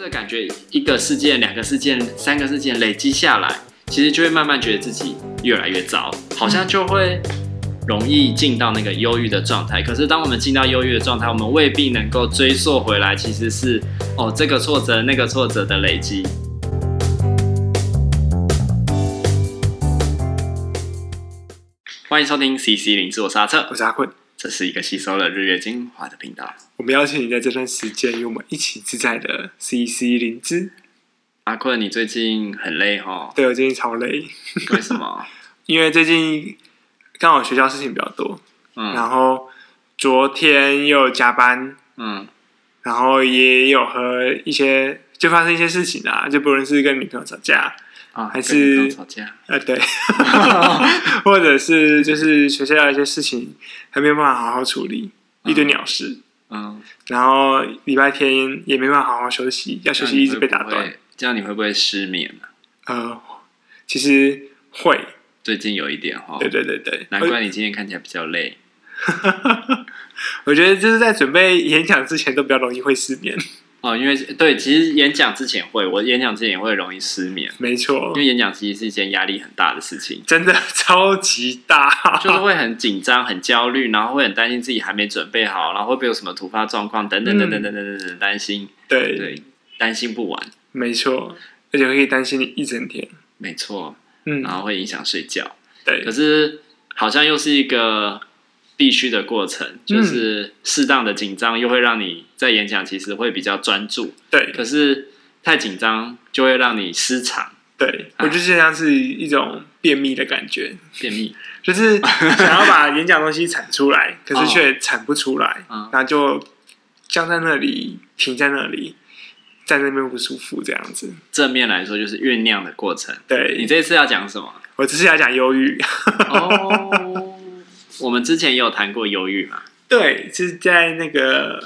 这个感觉一个事件、两个事件、三个事件累积下来，其实就会慢慢觉得自己越来越糟，好像就会容易进到那个忧郁的状态。可是当我们进到忧郁的状态，我们未必能够追溯回来，其实是这个挫折、那个挫折的累积。欢迎收听 CC 零自我刹车， 我是阿坤， 这是一个吸收了日月精华的频道。 我们邀请你在这段时间与我们一起自在的 CC 灵芝。 阿坤，你最近很累齁？ 对，我最近超累。 为什么？ 因为最近刚好学校事情比较多，然后昨天又有加班，然后也有和就发生一些事情啊，就不论是跟女朋友吵架。还是吵架对，或者是就是学校的一些事情还没有办法好好处理，一堆鸟事，然后礼拜天也没办法好好休息，要休息一直被打断， 这样你会不会失眠啊？其实会， 最近有一点齁。 对， 难怪你今天看起来比较累。 我觉得就是在准备演讲之前都比较容易会失眠。 因为对，其实演讲之前我演讲之前也会容易失眠， 没错， 因为演讲其实是一件压力很大的事情， 真的超级大， 就是会很紧张、很焦虑，然后会很担心自己还没准备好，然后会不会有什么突发状况等等担心，对，担心不完， 没错，而且可以担心你一整天， 没错，然后会影响睡觉， 对， 可是好像又是一个必须的过程，就是适当的紧张又会让你在演讲其实会比较专注，对。可是太紧张就会让你失常，对。 我觉得就像是一种便秘的感觉， 便秘就是想要把演讲东西产出来，可是却产不出来，然后就僵在那里，停在那里，在那边不舒服这样子。 正面来说就是酝酿的过程。 对， 你这一次要讲什么？ 我这次要讲忧郁。 我们之前也有谈过忧郁嘛？ 对，是在那个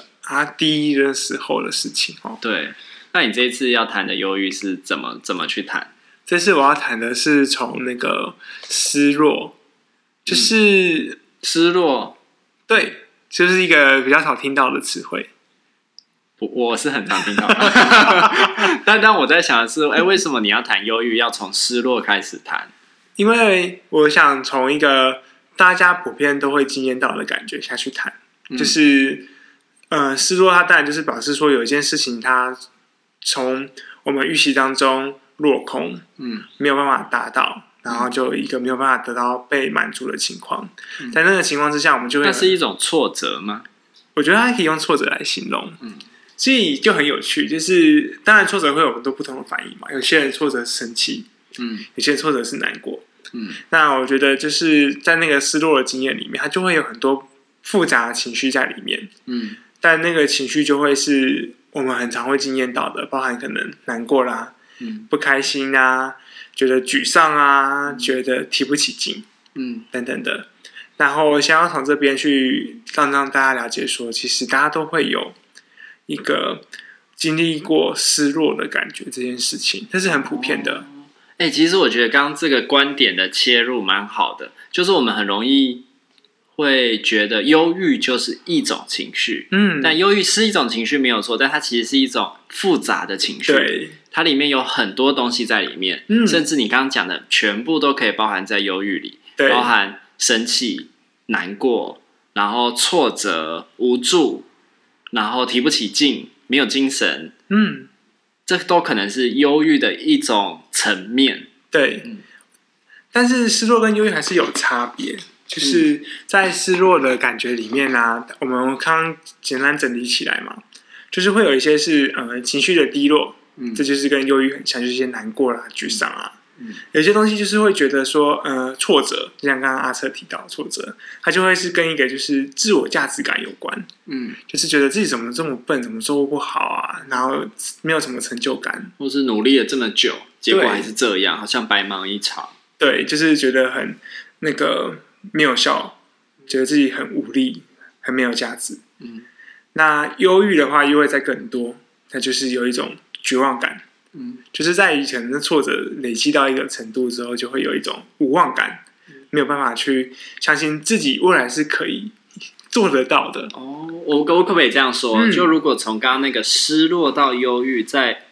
RD 的时候的事情哦。 对，那你这一次要谈的忧郁是怎么去谈？ 这次我要谈的是从那个失落，就是失落， 对，就是一个比较少听到的词汇。 我是很常听到的，但我在想的是，为什么你要谈忧郁，要从失落开始谈？ 因为我想从一个大家普遍都会经验到的感觉下去谈，就是失落，它当然就是表示说有一件事情它从我们预期当中落空，没有办法达到，然后就有一个没有办法得到被满足的情况。在那个情况之下，我们就会， 那是一种挫折吗？ 我觉得它可以用挫折来形容，所以就很有趣。就是当然挫折会有很多不同的反应嘛，有些人挫折是生气，有些人挫折是难过。那我觉得就是在那个失落的经验里面，它就会有很多复杂的情绪在里面。但那个情绪就会是我们很常会经验到的，包含可能难过啦，不开心啊，觉得沮丧啊，觉得提不起劲，等等的。然后想要从这边去让大家了解说，其实大家都会有一个经历过失落的感觉，这件事情这是很普遍的。 其实我觉得刚刚这个观点的切入蛮好的，就是我们很容易会觉得忧郁就是一种情绪，但忧郁是一种情绪没有错，但它其实是一种复杂的情绪，对，它里面有很多东西在里面，甚至你刚刚讲的全部都可以包含在忧郁里，包含生气、难过，然后挫折、无助，然后提不起劲、没有精神，这都可能是忧郁的一种层面。 对，但是失落跟忧郁还是有差别。就是在失落的感觉里面啊，我们刚刚简单整理起来嘛，就是会有一些是情绪的低落，这就是跟忧郁很像，就是一些难过啦、沮丧啊。有些东西就是会觉得说，挫折，就像刚刚阿策提到的挫折，它就会是跟一个就是自我价值感有关，就是觉得自己怎么这么笨，怎么做不好啊，然后没有什么成就感， 或是努力了这么久，结果还是这样，好像白忙一场。 对，就是觉得很那个没有效，觉得自己很无力，很没有价值。那忧郁的话，又会再更多，它就是有一种绝望感。就是在以前的挫折累积到一个程度之后，就会有一种无望感，没有办法去相信自己未来是可以做得到的。 我可不可以这样说？就如果从刚刚那个失落到忧郁，再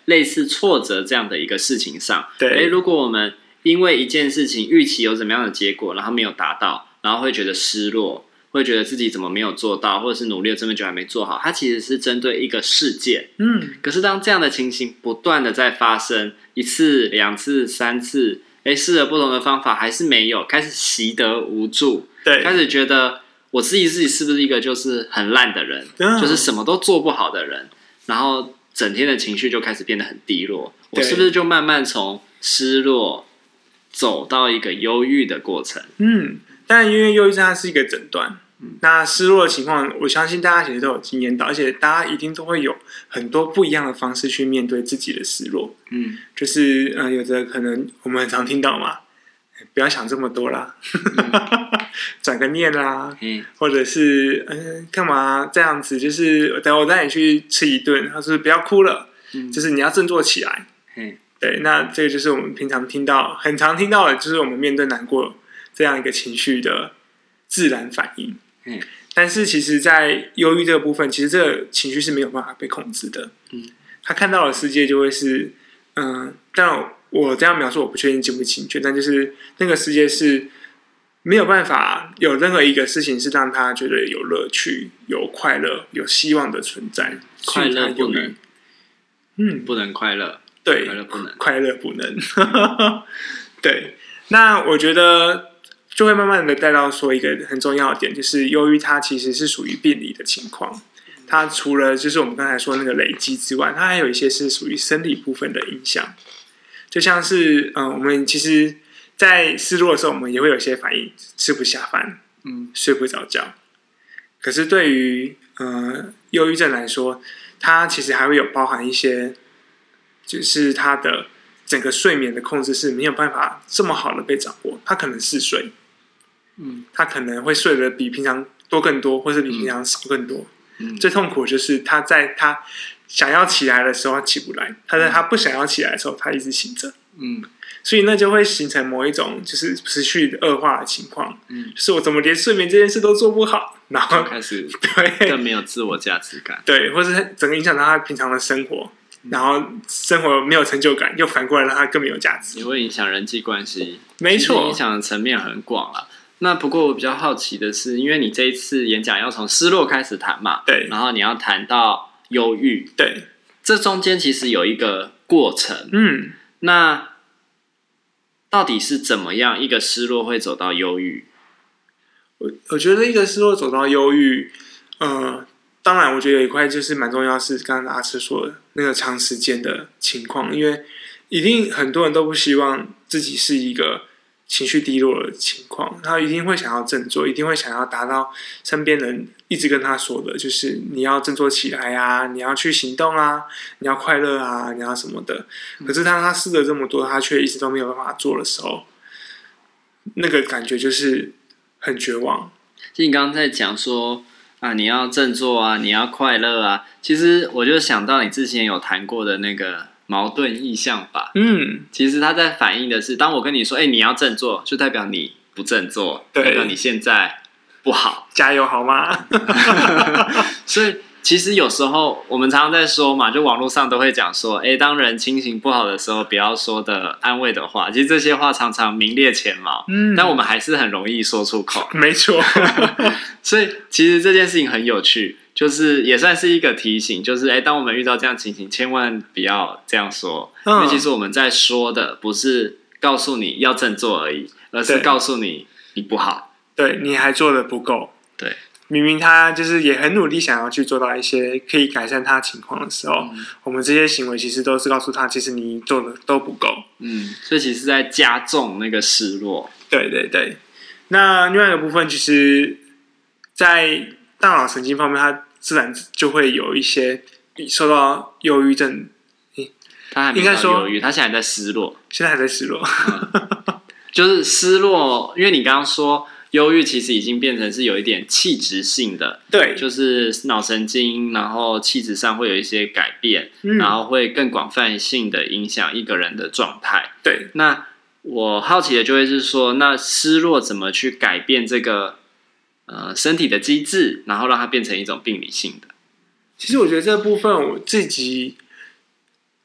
类似挫折这样的一个事情上。 对， 如果我们因为一件事情预期有怎么样的结果，然后没有达到，然后会觉得失落，会觉得自己怎么没有做到，或者是努力了这么久还没做好，它其实是针对一个事件。可是当这样的情形不断的在发生，1次、2次、3次，试了不同的方法还是没有，开始习得无助， 对， 开始觉得我自己是不是一个就是很烂的人，就是什么都做不好的人，然后整天的情绪就开始变得很低落，我是不是就慢慢从失落走到一个忧郁的过程？ 但因为忧郁症它是一个诊断，那失落的情况，我相信大家其实都有经验到，而且大家一定都会有很多不一样的方式去面对自己的失落。就是有的可能我们很常听到嘛，不要想这么多啦，转个念啦，或者是干嘛这样子，就是等我带你去吃一顿，或是不要哭了，就是你要振作起来。对，那这个就是我们平常很常听到的，就是我们面对难过这样一个情绪的自然反应。但是其实在忧郁这个部分，其实这个情绪是没有办法被控制的。他看到的世界就会是但我这样描述我不确定精不精确，但就是那个世界是没有办法有任何一个事情是让他觉得有乐趣、有快乐、有希望的存在。 快乐不能不能快乐， 对， 快乐不能， 快乐不能对，那我觉得就会慢慢的带到说一个很重要的点，就是忧郁它其实是属于病理的情况，它除了就是我们刚才说那个累积之外，它还有一些是属于生理部分的影响，就像是我们其实在失落的时候，我们也会有一些反应，吃不下饭，睡不着觉。可是对于忧郁症来说，它其实还会有包含一些，就是它的整个睡眠的控制是没有办法这么好的被掌握，它可能嗜睡，他可能会睡得比平常多更多，或是比平常少更多。最痛苦的就是他在他想要起来的时候他起不来，他在他不想要起来的时候他一直醒着。所以那就会形成某一种就是持续的恶化的情况。就是我怎么连睡眠这件事都做不好，然后开始对更没有自我价值感， 对，或是整个影响到他平常的生活。然后生活没有成就感，又反过来让他更没有价值， 也会影响人际关系。 没错， 影响的层面很广啦。那不过我比较好奇的是，因为你这一次演讲要从失落开始谈嘛， 对， 然后你要谈到忧郁， 对， 这中间其实有一个过程，那到底是怎么样一个失落会走到忧郁？ 我觉得一个失落走到忧郁，当然，我觉得有一块就是蛮重要，是刚刚阿赤说的那个长时间的情况，因为一定很多人都不希望自己是一个情绪低落的情况，他一定会想要振作，一定会想要达到身边人一直跟他说的，就是你要振作起来啊，你要去行动啊，你要快乐啊，你要什么的。可是当他试了这么多，他却一直都没有办法做的时候，那个感觉就是很绝望。 就你刚刚在讲说你要振作啊，你要快乐啊。其实我就想到你之前有谈过的那个矛盾意象法。其实它在反映的是，当我跟你说，你要振作，就代表你不振作，代表你现在不好， 加油好吗？ 所以其实有时候我们常常在说嘛，就网络上都会讲说，当人心情不好的时候，不要说的安慰的话，其实这些话常常名列前茅，但我们还是很容易说出口。 没错， 所以其实这件事情很有趣，就是也算是一个提醒，就是当我们遇到这样情形，千万不要这样说，因为其实我们在说的不是告诉你要振作而已，而是告诉你你不好， 对，你还做的不够， 对。 明明他就是也很努力想要去做到一些可以改善他情况的时候，我们这些行为其实都是告诉他，其实你做的都不够。 所以其实是在加重那个失落。 对对对。那另外一个部分，其实，在大脑神经方面，它自然就会有一些受到忧郁症。 他还没到忧郁，他现在还在失落。 现在还在失落。 就是失落，因为你刚刚说。忧郁其实已经变成是有一点气质性的， 对， 就是脑神经，然后气质上会有一些改变，然后会更广泛性的影响一个人的状态。 对， 那我好奇的就会是说，那失落怎么去改变这个身体的机制，然后让它变成一种病理性的？ 其实我觉得这部分我自己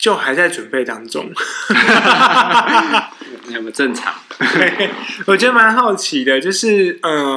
就还在准备当中。 有没有正常？ 我觉得蛮好奇的，就是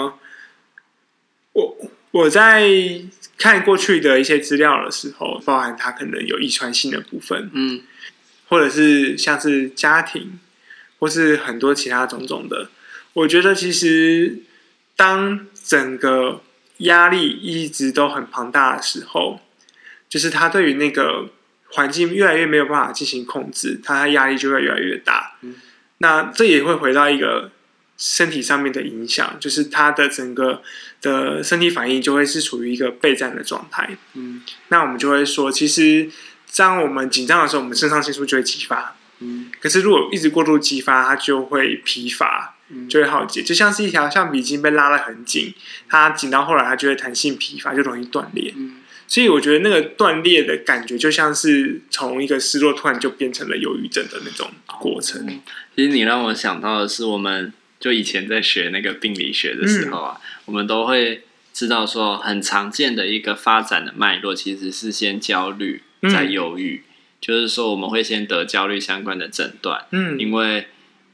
我在看过去的一些资料的时候，包含它可能有遗传性的部分，或者是像是家庭，或是很多其他种种的。我觉得其实当整个压力一直都很庞大的时候，就是他对于那个环境越来越没有办法进行控制，他的压力就会越来越大。那这也会回到一个身体上面的影响，就是他的整个的身体反应就会是处于一个备战的状态。那我们就会说，其实当我们紧张的时候，我们肾上腺素就会激发。可是如果一直过度激发，它就会疲乏，就会耗竭，就像是一条橡皮筋被拉得很紧，它紧到后来它就会弹性疲乏，就容易断裂。所以我觉得那个断裂的感觉，就像是从一个失落突然就变成了忧郁症的那种过程。 其实你让我想到的是，我们就以前在学那个病理学的时候啊，我们都会知道说，很常见的一个发展的脉络，其实是先焦虑，再忧郁。就是说，我们会先得焦虑相关的诊断，因为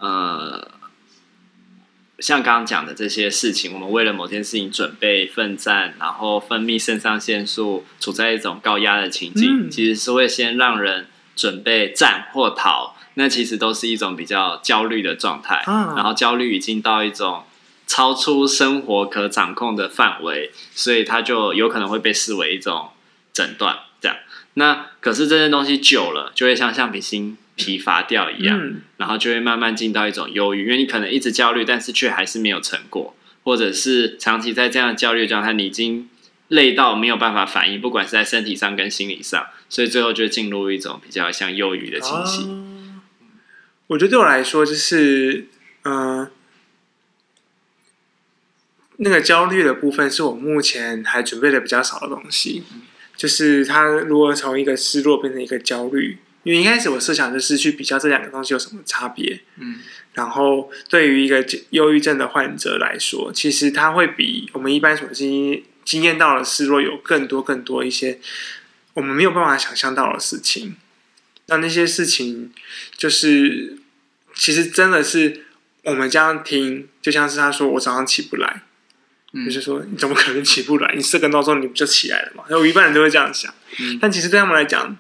像刚刚讲的这些事情，我们为了某件事情准备奋战，然后分泌肾上腺素，处在一种高压的情境，其实是会先让人准备战或逃。那其实都是一种比较焦虑的状态，然后焦虑已经到一种超出生活可掌控的范围，所以它就有可能会被视为一种诊断。这样，那可是这些东西久了，就会像橡皮筋疲乏掉一样，然后就会慢慢进到一种忧郁，因为你可能一直焦虑，但是却还是没有成果，或者是长期在这样的焦虑状态，你已经累到没有办法反应，不管是在身体上跟心理上，所以最后就进入一种比较像忧郁的情形。 我觉得对我来说，就是那个焦虑的部分是我目前还准备的比较少的东西。就是它如果从一个失落变成一个焦虑，因为一开始我设想就是去比较这两个东西有什么差别。然后对于一个忧郁症的患者来说，其实他会比我们一般所经验到的失落有更多一些我们没有办法想象到的事情。那些事情就是其实真的是我们这样听，就像是他说我早上起不来，就是说你怎么可能起不来？你设个闹钟你不就起来了嘛？有一般人都会这样想，但其实对他们来讲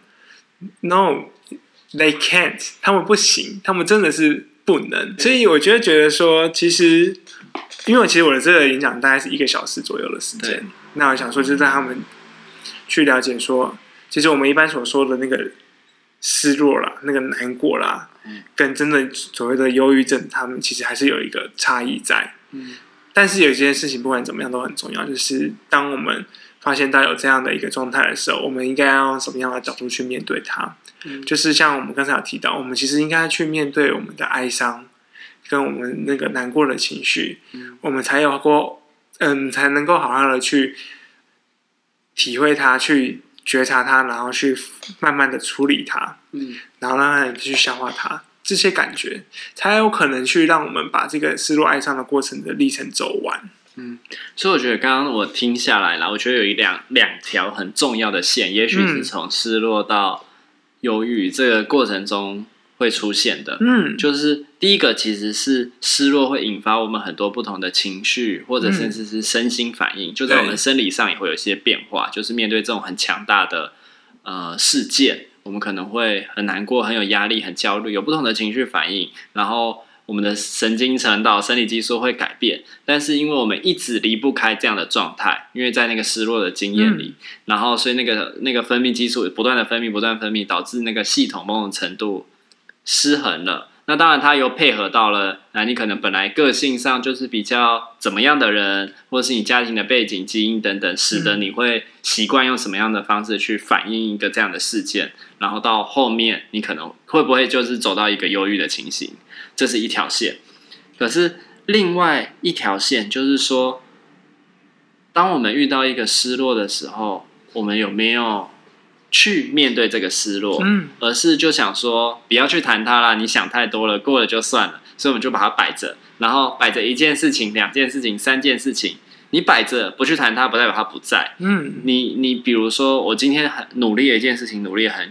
，no， they can't， 他们不行，他们真的是不能。所以我觉得说，其实因为其实我的这个演讲大概是1个小时左右的时间，那我想说就是让他们去了解说，其实我们一般所说的那个失落啦，那个难过啦，跟真的所谓的忧郁症，他们其实还是有一个差异在。但是有一件事情不管怎么样都很重要，就是当我们发现到有这样的一个状态的时候，我们应该要用什么样的角度去面对它。就是像我们刚才有提到，我们其实应该去面对我们的哀伤跟我们那个难过的情绪，我们才能够好好的去体会它，去觉察它，然后去慢慢的处理它，然后让它去消化它，这些感觉才有可能去让我们把这个失落哀伤的过程的历程走完。 所以我觉得刚刚我听下来了，我觉得有两条很重要的线，也许是从失落到忧郁这个过程中会出现的。就是第一个其实是失落会引发我们很多不同的情绪，或者甚至是身心反应，就在我们生理上也会有一些变化。就是面对这种很强大的事件，我们可能会很难过、很有压力、很焦虑，有不同的情绪反应，然后我们的神经传导、生理激素会改变。但是因为我们一直离不开这样的状态，因为在那个失落的经验里，然后所以那个分泌激素不断的分泌，导致那个系统某种程度失衡了。那当然它又配合到了你可能本来个性上就是比较怎么样的人，或者是你家庭的背景、基因等等，使得你会习惯用什么样的方式去反映一个这样的事件，然后到后面你可能会不会就是走到一个忧郁的情形，这是一条线。可是另外一条线就是说，当我们遇到一个失落的时候，我们有没有去面对这个失落，而是就想说不要去谈它啦，你想太多了，过了就算了，所以我们就把它摆着，然后摆着1件事情、2件事情、3件事情，你摆着不去谈它，不代表它不在。你比如说我今天很努力的一件事情，努力了很久，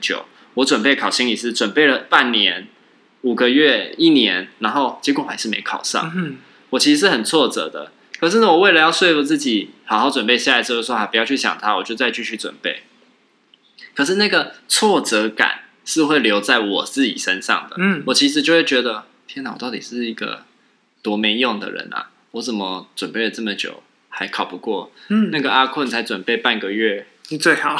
我准备考心理师，准备了半年、5个月、1年，然后结果还是没考上，我其实是很挫折的。可是呢，我为了要说服自己好好准备下一次，就说不要去想它，我就再继续准备。可是那个挫折感是会留在我自己身上的，我其实就会觉得，天哪，我到底是一个多没用的人啊！我怎么准备了这么久还考不过？那个阿困才准备半个月， 你最好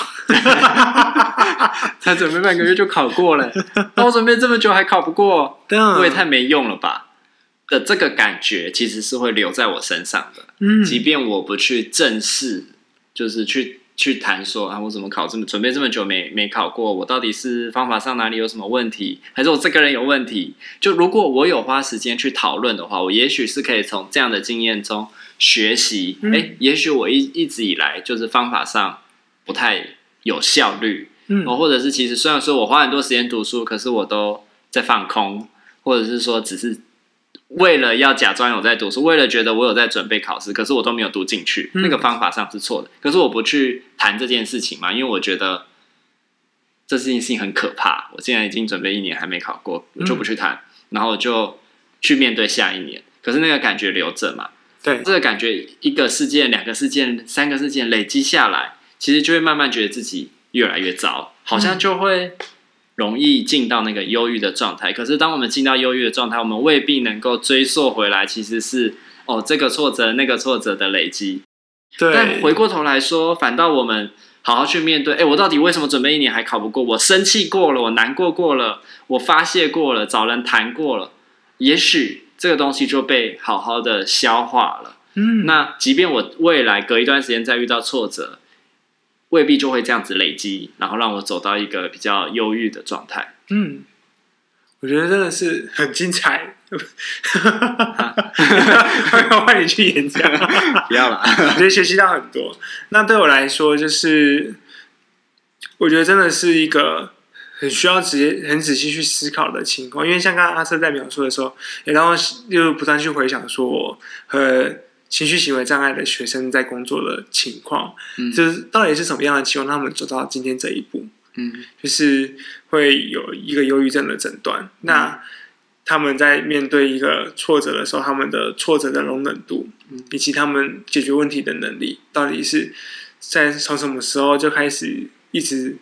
才准备半个月就考过了，我准备这么久还考不过，我也太没用了吧！的这个感觉其实是会留在我身上的，即便我不去正视，就是去谈说我怎么准备这么久没考过，我到底是方法上哪里有什么问题，还是我这个人有问题？就如果我有花时间去讨论的话，我也许是可以从这样的经验中学习。也许我一直以来就是方法上不太有效率，或者是其实虽然说我花很多时间读书，可是我都在放空，或者是说只是为了要假装有在读书，为了觉得我有在准备考试，可是我都没有读进去，那个方法上是错的。可是我不去谈这件事情嘛，因为我觉得这件事情很可怕。我现在已经准备1年还没考过，我就不去谈，然后我就去面对下一年。可是那个感觉留着嘛， 对， 这个感觉1个事件、2个事件、3个事件累积下来，其实就会慢慢觉得自己越来越糟，好像就会容易进到那个忧郁的状态。可是当我们进到忧郁的状态，我们未必能够追溯回来，其实是这个挫折那个挫折的累积。 对， 但回过头来说，反倒我们好好去面对，我到底为什么准备1年还考不过？我生气过了，我难过过了，我发泄过了，找人谈过了，也许这个东西就被好好的消化了。那即便我未来隔一段时间再遇到挫折，未必就会这样子累积，然后让我走到一个比较忧郁的状态。 我觉得真的是很精彩。换你去演讲， 不要了。 我觉得学习到很多。那对我来说，就是我觉得真的是一个很需要很仔细去思考的情况。因为像刚刚阿瑟在描述的时候，也让我又不断去回想说我和情绪行为障碍的学生在工作的情况，就是到底是什么样的情况让他们走到今天这一步。就是会有一个忧郁症的诊断。那他们在面对一个挫折的时候，他们的挫折的容忍度，以及他们解决问题的能力，到底是从什么时候就开始一直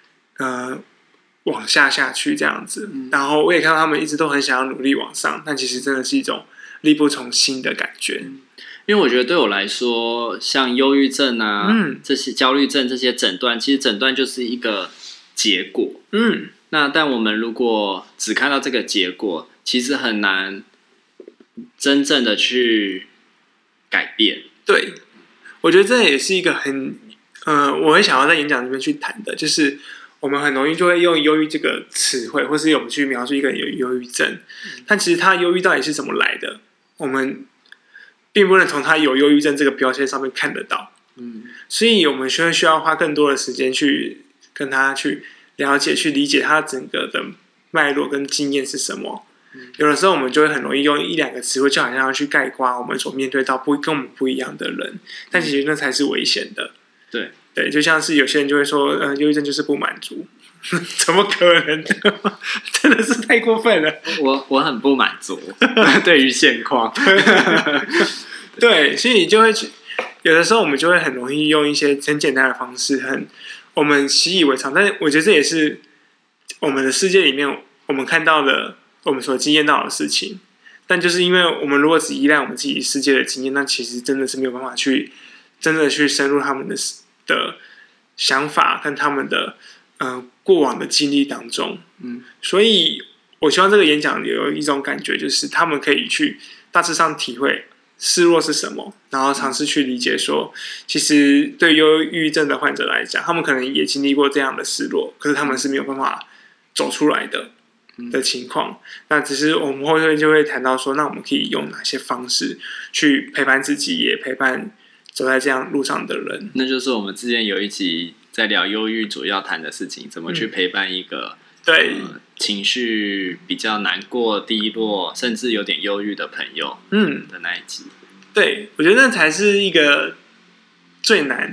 往下去这样子。然后我也看到他们一直都很想要努力往上，但其实真的是一种力不从心的感觉。 因为我觉得对我来说，像忧郁症啊，这些焦虑症这些诊断，其实诊断就是一个结果。那但我们如果只看到这个结果，其实很难真正的去改变。 对，我觉得这也是一个很我会想要在演讲里面去谈的，就是我们很容易就会用忧郁这个词汇，或是我们去描述一个人有忧郁症，但其实他忧郁到底是怎么来的，我们并不能从他有忧郁症这个标签上面看得到。所以我们需要花更多的时间去跟他去了解、去理解他整个的脉络跟经验是什么。有的时候我们就会很容易用1-2个词汇，就好像要去概括我们所面对到跟我们不一样的人，但其实那才是危险的。对，就像是有些人就会说，忧郁症就是不满足，怎么可能？真的是太过分了。 我很不满足对于现况。 对，所以你就会有的时候我们就会很容易用一些很简单的方式，我们习以为常。但是我觉得这也是我们的世界里面我们看到的，我们所经验到的事情。但就是因为我们如果只依赖我们自己世界的经验，那其实真的是没有办法去真的去深入他们的想法跟他们的过往的经历当中。所以我希望这个演讲有一种感觉，就是他们可以去大致上体会失落是什么，然后尝试去理解说，其实对忧郁症的患者来讲，他们可能也经历过这样的失落，可是他们是没有办法走出来的情况。那只是我们后面就会谈到说，那我们可以用哪些方式去陪伴自己，也陪伴走在这样路上的人。 那就是我们之前有一集在聊忧郁主要谈的事情，怎么去陪伴一个对情绪比较难过、低落，甚至有点忧郁的朋友的那一集。 对，我觉得那才是一个最难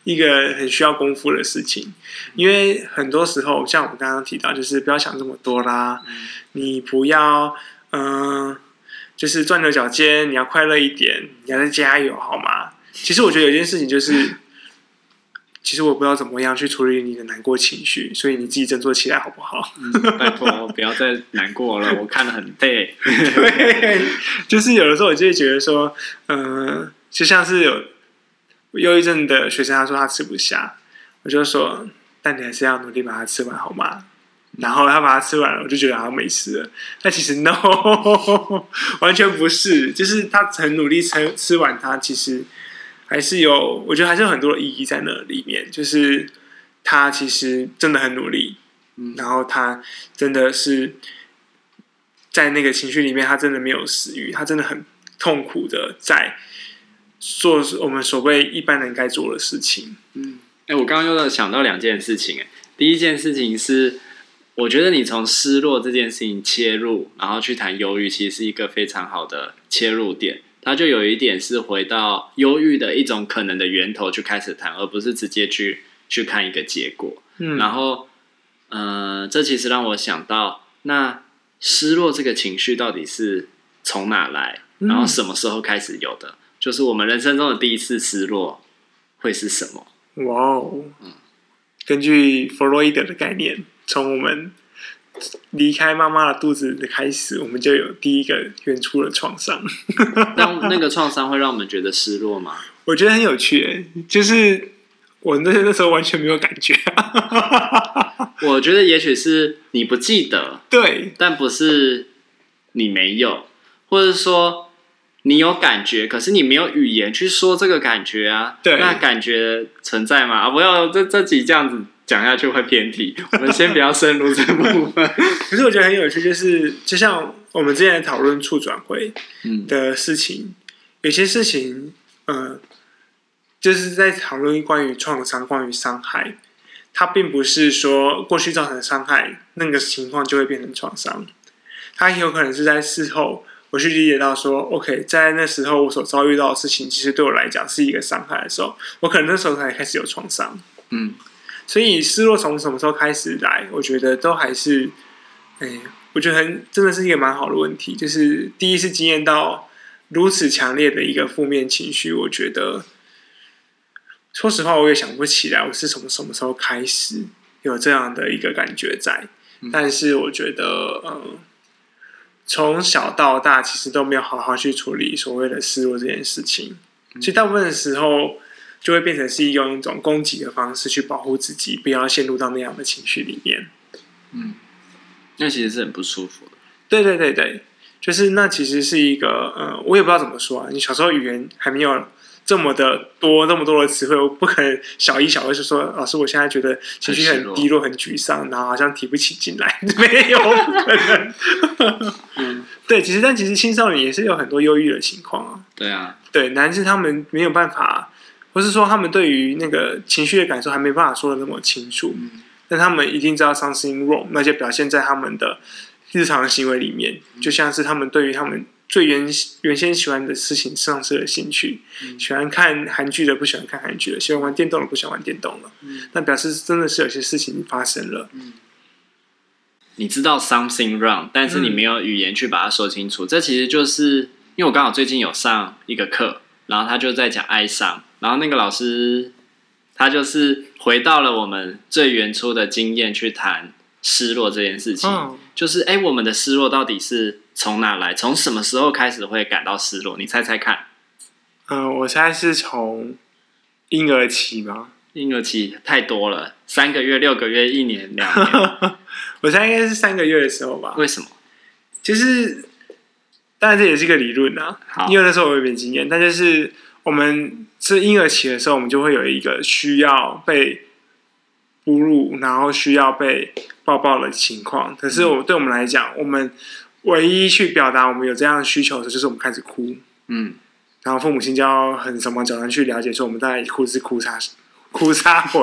一个很需要功夫的事情，因为很多时候像我们刚刚提到，就是不要想这么多啦，你不要就是钻牛角尖，你要快乐一点，你要再加油好吗？其实我觉得有件事情就是。其实我不知道怎么样去处理你的难过情绪，所以你自己振作起来好不好？ 拜托，不要再难过了，我看得很累。 对，就是有的时候我就会觉得说，就像是有忧郁症的学生，他说他吃不下，我就说，但你还是要努力把它吃完好吗？然后他把它吃完了，我就觉得好像没事了。但其实 no， 完全不是，就是他很努力吃完它，其实。还是有，我觉得还是有很多的意义在那里面。就是他其实真的很努力，然后他真的是在那个情绪里面，他真的没有食欲，他真的很痛苦的在做我们所谓一般人该做的事情。 我刚刚又想到2件事情。第一件事情是，我觉得你从失落这件事情切入，然后去谈忧郁，其实是一个非常好的切入点。它就有一点是回到忧郁的一种可能的源头去开始谈，而不是直接去看一个结果。然后，这其实让我想到，那失落这个情绪到底是从哪来，然后什么时候开始有的？就是我们人生中的第一次失落会是什么？ 哇哦！根据弗洛伊德的概念，从我们离开妈妈的肚子的开始，我们就有第一个原初的创伤。 那个创伤会让我们觉得失落吗？ 我觉得很有趣，就是我那时候完全没有感觉。 我觉得也许是你不记得， 对， 但不是你没有，或者说你有感觉，可是你没有语言去说这个感觉啊。 对， 那感觉存在吗？不要这集这样子讲下去会偏题，我们先不要深入这部分。 可是我觉得很有趣，就像我们之前讨论促转会的事情，有些事情，就是在讨论关于创伤、关于伤害，它并不是说过去造成的伤害那个情况就会变成创伤，它有可能是在事后我去理解到说 ，OK， 在那时候我所遭遇到的事情，其实对我来讲是一个伤害的时候，我可能那时候才开始有创伤。所以失落从什么时候开始来？我觉得都还是，我觉得真的是一个蛮好的问题。就是第一次经验到如此强烈的一个负面情绪，我觉得，说实话，我也想不起来我是从什么时候开始有这样的一个感觉在。但是我觉得，从小到大其实都没有好好去处理所谓的失落这件事情。其实大部分的时候，就会变成是用一种攻击的方式去保护自己，不要陷入到那样的情绪里面。 那其实是很不舒服的。 对，就是那其实是一个我也不知道怎么说啊。你小时候语言还没有这么多的词汇，我不可能小一、小二就说老师，我现在觉得情绪很低落、很沮丧，然后好像提不起劲来，没有不可能。对，但其实青少年也是有很多忧郁的情况啊。 对啊， 对，男生他们没有办法。或是说他们对于那个情绪的感受还没办法说的那么清楚，但他们一定知道 something wrong， 那就表现在他们的日常行为里面，就像是他们对于他们最原先喜欢的事情丧失了兴趣，喜欢看韩剧的不喜欢看韩剧了，喜欢玩电动的不喜欢玩电动了，那表示真的是有些事情发生了。 你知道 something wrong， 但是你没有语言去把它说清楚，这其实就是因为我刚好最近有上一个课，然后他就在讲哀伤。然后那个老师，他就是回到了我们最原初的经验去谈失落这件事情，就是我们的失落到底是从哪来？从什么时候开始会感到失落？你猜猜看。 我猜是从婴儿期吗？ 婴儿期太多了，3个月、6个月、1年、2年。 我猜应该是3个月的时候吧。 为什么？ 就是当然这也是一个理论啊，因为那时候我有点经验，但就是我们是婴儿期的时候，我们就会有一个需要被哺乳，然后需要被抱抱的情况。可是对我们来讲，我们唯一去表达我们有这样的需求的时候，就是我们开始哭。然后父母亲就要很什么角度去了解，说我们大概哭是哭啥回。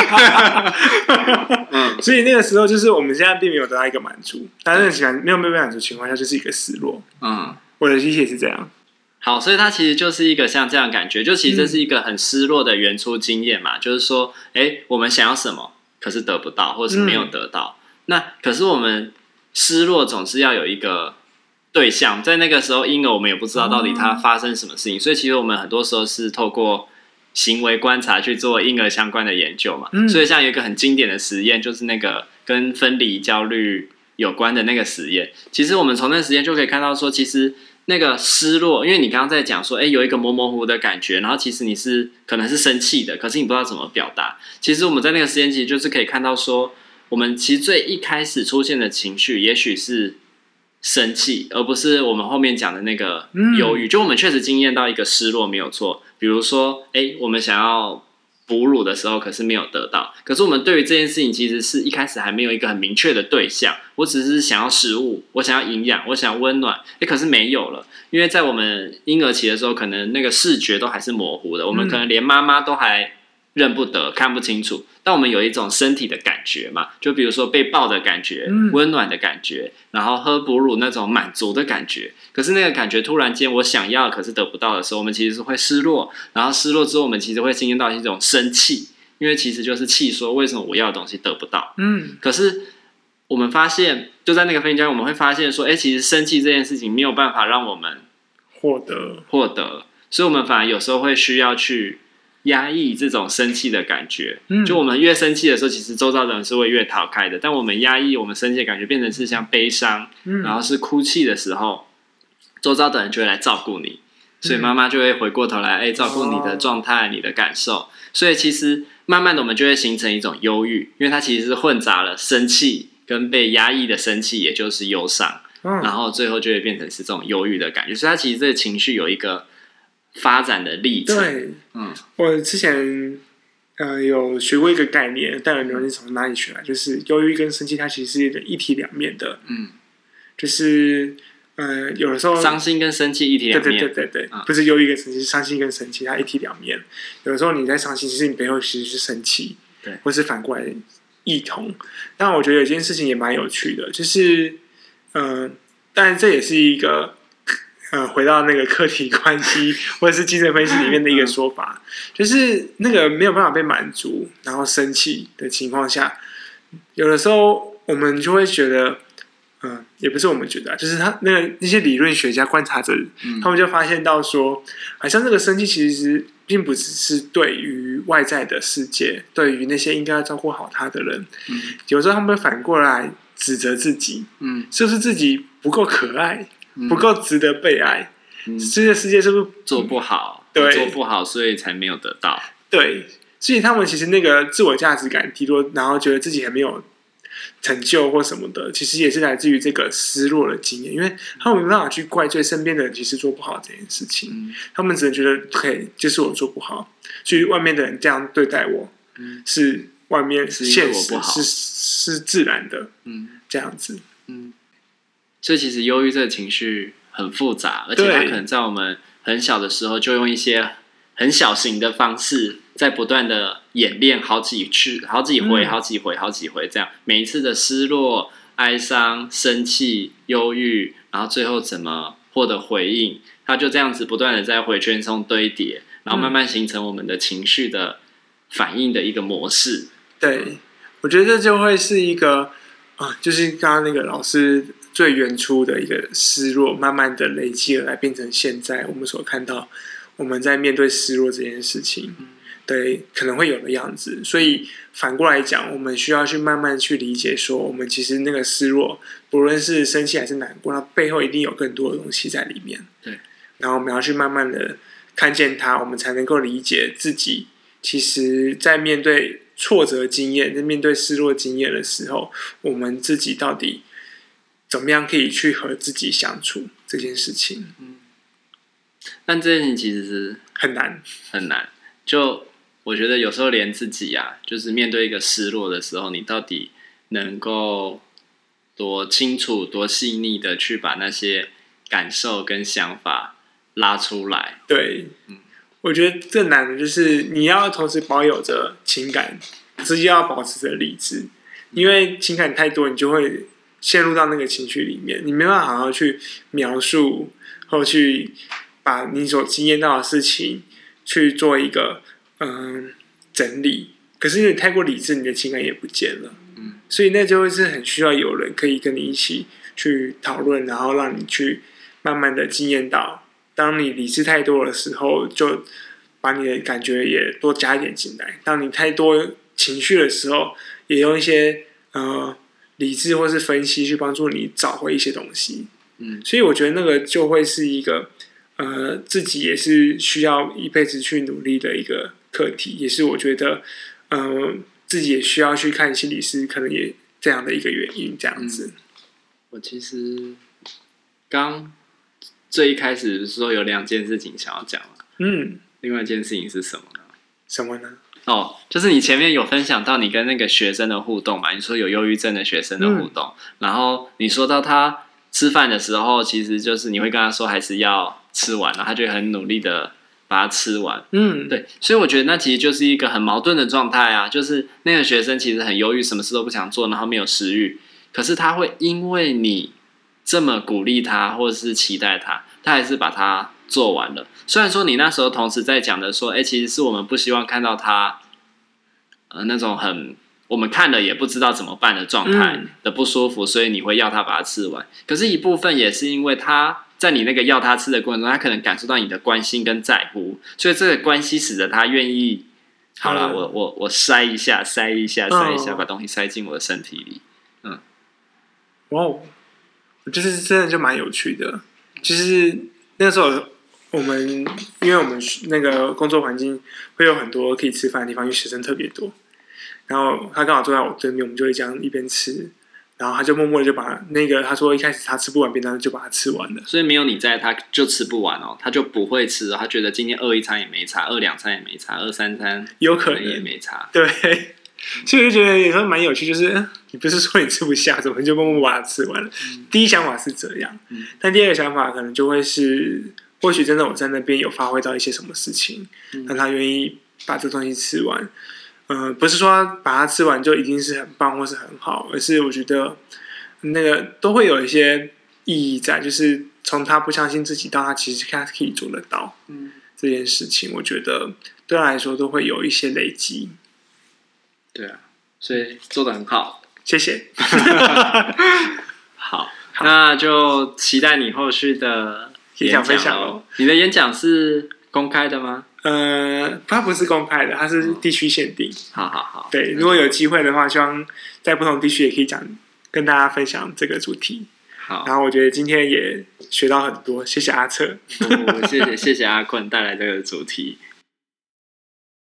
所以那个时候就是我们现在并没有得到一个满足，但是没有被满足的情况下，就是一个失落。我的理解是这样。 好，所以它其实就是一个像这样的感觉，就其实这是一个很失落的原初经验嘛，就是说，我们想要什么，可是得不到，或者是没有得到。那可是我们失落总是要有一个对象，在那个时候婴儿我们也不知道到底它发生什么事情，所以其实我们很多时候是透过行为观察去做婴儿相关的研究嘛。所以像有一个很经典的实验，就是那个跟分离焦虑有关的那个实验，其实我们从那个实验就可以看到说，其实那个失落，因为你刚刚在讲说，有一个模模糊糊的感觉，然后其实你是可能是生气的，可是你不知道怎么表达。其实我们在那个实验其实就是可以看到说，我们其实最一开始出现的情绪，也许是生气，而不是我们后面讲的那个忧郁。就我们确实经验到一个失落，没有错。比如说，我们想要哺乳的时候，可是没有得到。可是我们对于这件事情，其实是一开始还没有一个很明确的对象。我只是想要食物，我想要营养，我想要温暖，可是没有了。因为在我们婴儿期的时候，可能那个视觉都还是模糊的，我们可能连妈妈都还认不得，看不清楚。但我们有一种身体的感觉嘛，就比如说被抱的感觉，温暖的感觉，然后喝哺乳那种满足的感觉。可是那个感觉突然间我想要可是得不到的时候，我们其实是会失落，然后失落之后我们其实会经验到一种生气，因为其实就是气说为什么我要的东西得不到。可是我们发现就在那个分析中我们会发现说，其实生气这件事情没有办法让我们获得，所以我们反而有时候会需要去压抑这种生气的感觉。就我们越生气的时候，其实周遭的人是会越逃开的，但我们压抑我们生气的感觉变成是像悲伤，然后是哭泣的时候，周遭的人就会来照顾你，所以妈妈就会回过头来照顾你的状态，你的感受。所以其实慢慢的我们就会形成一种忧郁，因为它其实是混杂了生气跟被压抑的生气，也就是忧伤，然后最后就会变成是这种忧郁的感觉。所以它其实这个情绪有一个发展的历程。 对，我之前有学过一个概念，但有人是从哪里学来？就是忧郁跟生气，它其实是一体两面的。就是有的时候伤心跟生气一体两面。 对，不是忧郁跟生气，是伤心跟生气，它一体两面。有的时候你在伤心，其实你背后其实是生气，对，或是反过来异同。但我觉得有件事情也蛮有趣的，就是但这也是一个回到那个课题关系或者是精神分析里面的一个说法，就是那个没有办法被满足，然后生气的情况下，有的时候我们就会觉得，也不是我们觉得，就是那些理论学家观察者，他们就发现到说，好像这个生气其实并不只是对于外在的世界，对于那些应该要照顾好他的人，有时候他们会反过来指责自己，是不是自己不够可爱？不够值得被爱，这个世界是不是做不好？ 对， 做不好，所以才没有得到。 对，所以他们其实那个自我价值感低落，然后觉得自己还没有成就或什么的，其实也是来自于这个失落的经验，因为他们没办法去怪罪身边的人其实做不好这件事情，他们只能觉得对，就是我做不好，所以外面的人这样对待我，是外面现实是自然的，这样子， 所以其实忧郁这个情绪很复杂，而且它可能在我们很小的时候就用一些很小型的方式，在不断的演练好几回这样，每一次的失落、哀伤、生气、忧郁，然后最后怎么获得回应，它就这样子不断的在回圈中堆叠，然后慢慢形成我们的情绪的反应的一个模式。 对，我觉得这就会是一个就是刚刚那个老师最原初的一个失落，慢慢的累积而来，变成现在我们所看到我们在面对失落这件事情，对，可能会有的样子。所以反过来讲，我们需要去慢慢去理解说，我们其实那个失落，不论是生气还是难过，它背后一定有更多的东西在里面。 对， 然后我们要去慢慢的看见它，我们才能够理解自己，其实在面对挫折经验、在面对失落经验的时候，我们自己到底怎么样可以去和自己相处这件事情。 但这件事情其实是很难。 就我觉得有时候连自己就是面对一个失落的时候，你到底能够多清楚、多细腻的去把那些感受跟想法拉出来。 对，我觉得更难的就是你要同时保有着情感，自己要保持着理智，因为情感太多，你就会陷入到那个情绪里面，你没办法好好去描述或去把你所经验到的事情去做一个整理。可是因为你太过理智，你的情感也不见了。所以那就会是很需要有人可以跟你一起去讨论，然后让你去慢慢的经验到，当你理智太多的时候，就把你的感觉也多加一点进来；当你太多情绪的时候，也用一些理智或是分析去帮助你找回一些东西。所以我觉得那个就会是一个自己也是需要一辈子去努力的一个课题，也是我觉得自己也需要去看心理师，可能也这样的一个原因，这样子。 我其实刚最一开始说有2件事情想要讲了，另外一件事情是什么呢？ 什么呢？ 就是你前面有分享到你跟那个学生的互动嘛，你说有忧郁症的学生的互动，然后你说到他吃饭的时候，其实就是你会跟他说还是要吃完，然后他就很努力的把它吃完。对，所以我觉得那其实就是一个很矛盾的状态啊，就是那个学生其实很忧郁，什么事都不想做，然后没有食欲，可是他会因为你这么鼓励他或者是期待他，他还是把它做完了。虽然说你那时候同时在讲的说，其实是我们不希望看到他那种很我们看了也不知道怎么办的状态的不舒服，所以你会要他把它吃完。可是一部分也是因为他在你那个要他吃的过程中，他可能感受到你的关心跟在乎，所以这个关系使得他愿意好了，我塞一下，把东西塞进我的身体里。 哇，就是真的就蛮有趣的。就是那时候因为我们那个工作环境会有很多可以吃饭的地方，因为学生特别多，然后他刚好坐在我对面，我们就会这样一边吃，然后他就默默的就把那个他说一开始他吃不完便当就把它吃完了， 所以没有你在他就吃不完他就不会吃他觉得今天饿1餐也没差，饿2餐也没差，饿3餐有可能也没差。 对，所以我就觉得有时候蛮有趣，就是你不是说你吃不下，怎么就默默把它吃完了？第一想法是这样，但第二个想法可能就会是，或许真的我在那边有发挥到一些什么事情，让他愿意把这东西吃完。不是说把它吃完就一定是很棒或是很好，而是我觉得那个都会有一些意义在，就是从他不相信自己到他其实他可以做得到，这件事情，我觉得对他来说都会有一些累积。 对啊，所以做得很好， 谢谢。 好，那就期待你后续的演讲分享咯。 你的演讲是公开的吗？ 它不是公开的，它是地区限定。 好。 对，如果有机会的话，希望在不同地区也可以跟大家分享这个主题。 好， 然后我觉得今天也学到很多，谢谢阿策。 谢谢阿坤带来这个主题。